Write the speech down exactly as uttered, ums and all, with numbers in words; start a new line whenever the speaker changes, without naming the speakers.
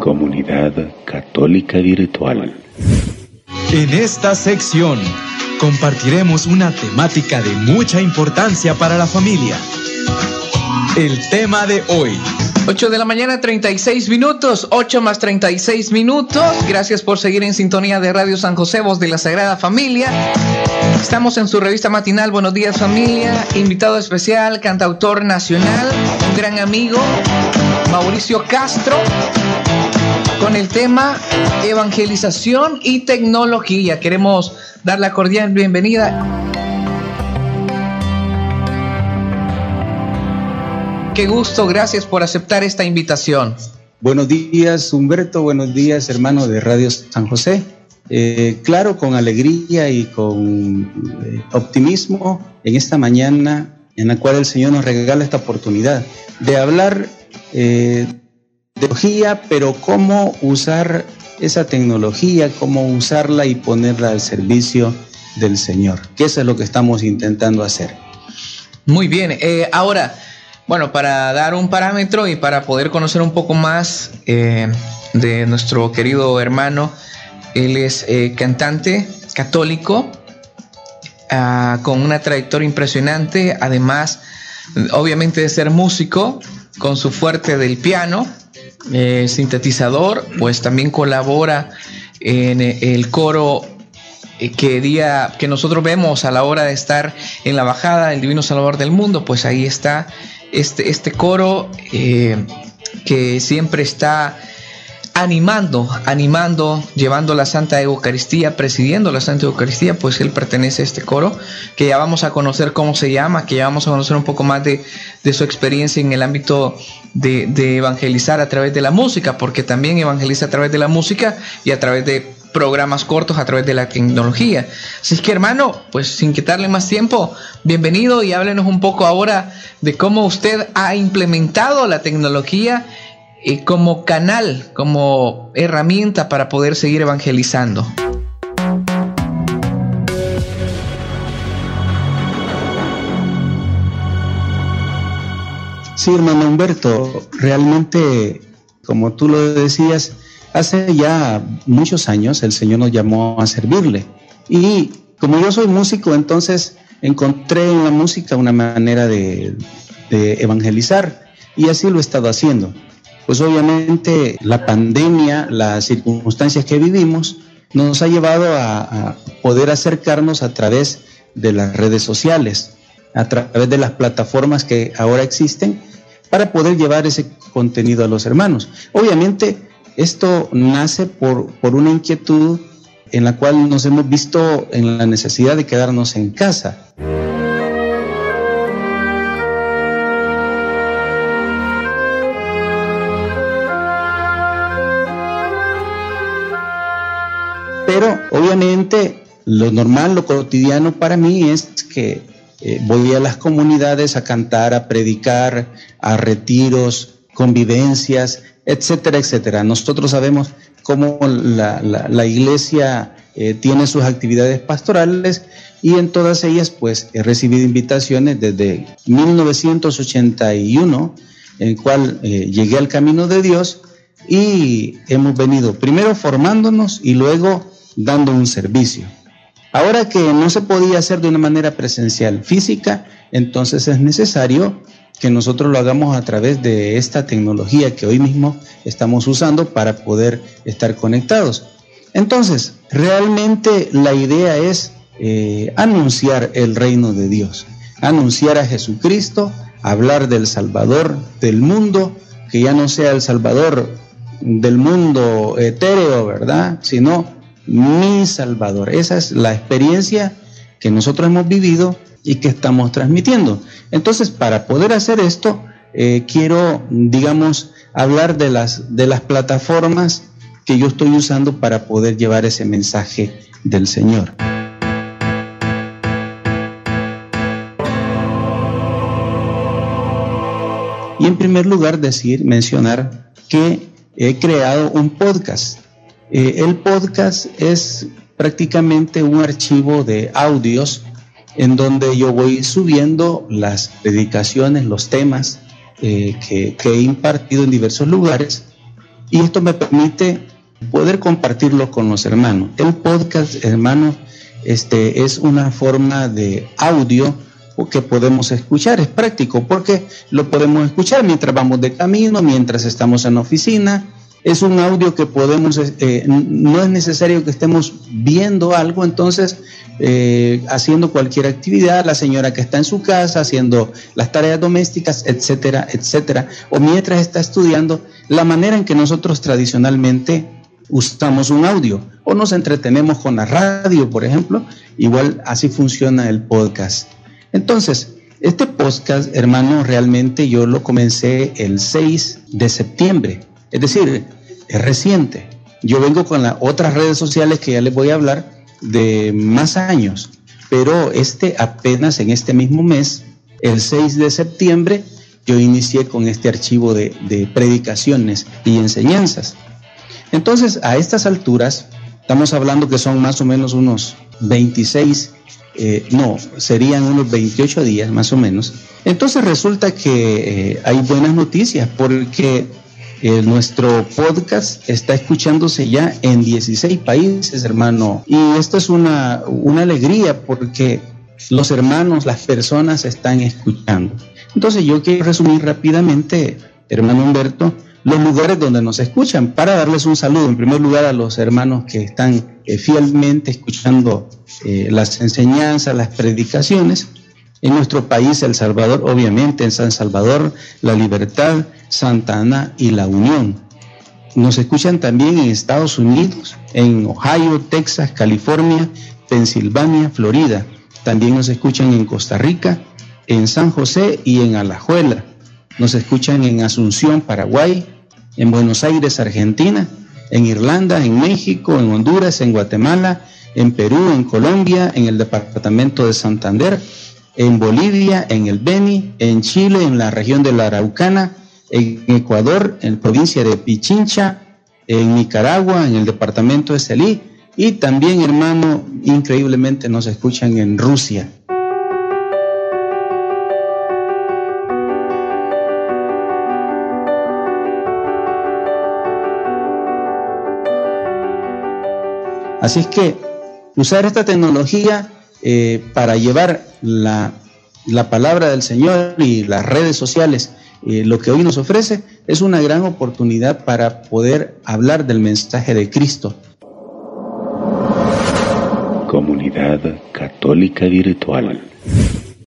Comunidad Católica Virtual.
En esta sección compartiremos una temática de mucha importancia para la familia. El tema de hoy.
ocho de la mañana, treinta y seis minutos, ocho más treinta y seis minutos. Gracias por seguir en sintonía de Radio San José, Voz de la Sagrada Familia. Estamos en su revista matinal Buenos Días Familia. Invitado especial, cantautor nacional, un gran amigo, Mauricio Castro, con el tema evangelización y tecnología. Queremos dar la cordial bienvenida. Qué gusto, gracias por aceptar esta invitación.
Buenos días, Humberto, buenos días, hermano de Radio San José. Eh, claro, con alegría y con eh, optimismo en esta mañana en la cual el Señor nos regala esta oportunidad de hablar eh, de tecnología, pero cómo usar esa tecnología, cómo usarla y ponerla al servicio del Señor, que eso es lo que estamos intentando hacer.
Muy bien, eh, ahora... Bueno, para dar un parámetro y para poder conocer un poco más eh, de nuestro querido hermano, él es eh, cantante católico, uh, con una trayectoria impresionante, además, obviamente, de ser músico, con su fuerte del piano, eh, sintetizador, pues también colabora en el coro que día que nosotros vemos a la hora de estar en la bajada del Divino Salvador del Mundo, pues ahí está este, este coro eh, que siempre está animando, animando, llevando la Santa Eucaristía, presidiendo la Santa Eucaristía, pues él pertenece a este coro, que ya vamos a conocer cómo se llama, que ya vamos a conocer un poco más de, de su experiencia en el ámbito de, de evangelizar a través de la música, porque también evangeliza a través de la música y a través de programas cortos, a través de la tecnología. Así que, hermano, pues sin quitarle más tiempo, bienvenido y háblenos un poco ahora de cómo usted ha implementado la tecnología eh, como canal, como herramienta para poder seguir evangelizando.
Sí, hermano Humberto, realmente, como tú lo decías, hace ya muchos años el Señor nos llamó a servirle. Y como yo soy músico, entonces encontré en la música una manera de, de evangelizar, y así lo he estado haciendo. Pues obviamente la pandemia, las circunstancias que vivimos, nos ha llevado a, a poder acercarnos a través de las redes sociales, a través de las plataformas que ahora existen, para poder llevar ese contenido a los hermanos. Obviamente, esto nace por, por una inquietud en la cual nos hemos visto en la necesidad de quedarnos en casa. Pero obviamente lo normal, lo cotidiano para mí es que eh, voy a las comunidades a cantar, a predicar, a retiros, convivencias, etcétera, etcétera. Nosotros sabemos cómo la, la, la iglesia eh, tiene sus actividades pastorales, y en todas ellas pues he recibido invitaciones desde mil novecientos ochenta y uno, en el cual eh, llegué al camino de Dios, y hemos venido primero formándonos y luego dando un servicio. Ahora que no se podía hacer de una manera presencial física, entonces es necesario que nosotros lo hagamos a través de esta tecnología que hoy mismo estamos usando para poder estar conectados. Entonces, realmente la idea es eh, anunciar el reino de Dios, anunciar a Jesucristo, hablar del Salvador del mundo, que ya no sea el Salvador del mundo etéreo, ¿verdad?, sino mi Salvador. Esa es la experiencia que nosotros hemos vivido y que estamos transmitiendo. Entonces, para poder hacer esto, eh, quiero, digamos, hablar de las, de las plataformas que yo estoy usando para poder llevar ese mensaje del Señor. Y en primer lugar, decir, mencionar que he creado un podcast. Eh, el podcast es prácticamente un archivo de audios en donde yo voy subiendo las predicaciones, los temas eh, que, que he impartido en diversos lugares, y esto me permite poder compartirlo con los hermanos. El podcast, hermanos, este, es una forma de audio que podemos escuchar, es práctico porque lo podemos escuchar mientras vamos de camino, mientras estamos en la oficina. Es un audio que podemos, eh, no es necesario que estemos viendo algo, entonces eh, haciendo cualquier actividad, la señora que está en su casa haciendo las tareas domésticas, etcétera, etcétera, o mientras está estudiando, la manera en que nosotros tradicionalmente usamos un audio, o nos entretenemos con la radio, por ejemplo, igual así funciona el podcast. Entonces, este podcast, hermano, realmente yo lo comencé el seis de septiembre. Es decir, es reciente. Yo vengo con las otras redes sociales que ya les voy a hablar de más años, pero este apenas en este mismo mes, el seis de septiembre, yo inicié con este archivo de, de predicaciones y enseñanzas. Entonces, a estas alturas, estamos hablando que son más o menos unos veintiséis, eh, no, serían unos veintiocho días más o menos. Entonces resulta que eh, hay buenas noticias porque Eh, nuestro podcast está escuchándose ya en dieciséis países, hermano, y esto es una, una alegría porque los hermanos, las personas están escuchando. Entonces yo quiero resumir rápidamente, hermano Humberto, los lugares donde nos escuchan para darles un saludo. En primer lugar a los hermanos que están eh, fielmente escuchando eh, las enseñanzas, las predicaciones. En nuestro país, El Salvador, obviamente, en San Salvador, La Libertad, Santa Ana y La Unión. Nos escuchan también en Estados Unidos, en Ohio, Texas, California, Pensilvania, Florida. También nos escuchan en Costa Rica, en San José y en Alajuela. Nos escuchan en Asunción, Paraguay, en Buenos Aires, Argentina, en Irlanda, en México, en Honduras, en Guatemala, en Perú, en Colombia, en el departamento de Santander, en Bolivia, en el Beni, en Chile, en la región de la Araucana, en Ecuador, en la provincia de Pichincha, en Nicaragua, en el departamento de Estelí, y también, hermano, increíblemente nos escuchan en Rusia. Así es que usar esta tecnología eh, para llevar la, la palabra del Señor y las redes sociales, eh, lo que hoy nos ofrece, es una gran oportunidad para poder hablar del mensaje de Cristo.
Comunidad Católica Virtual.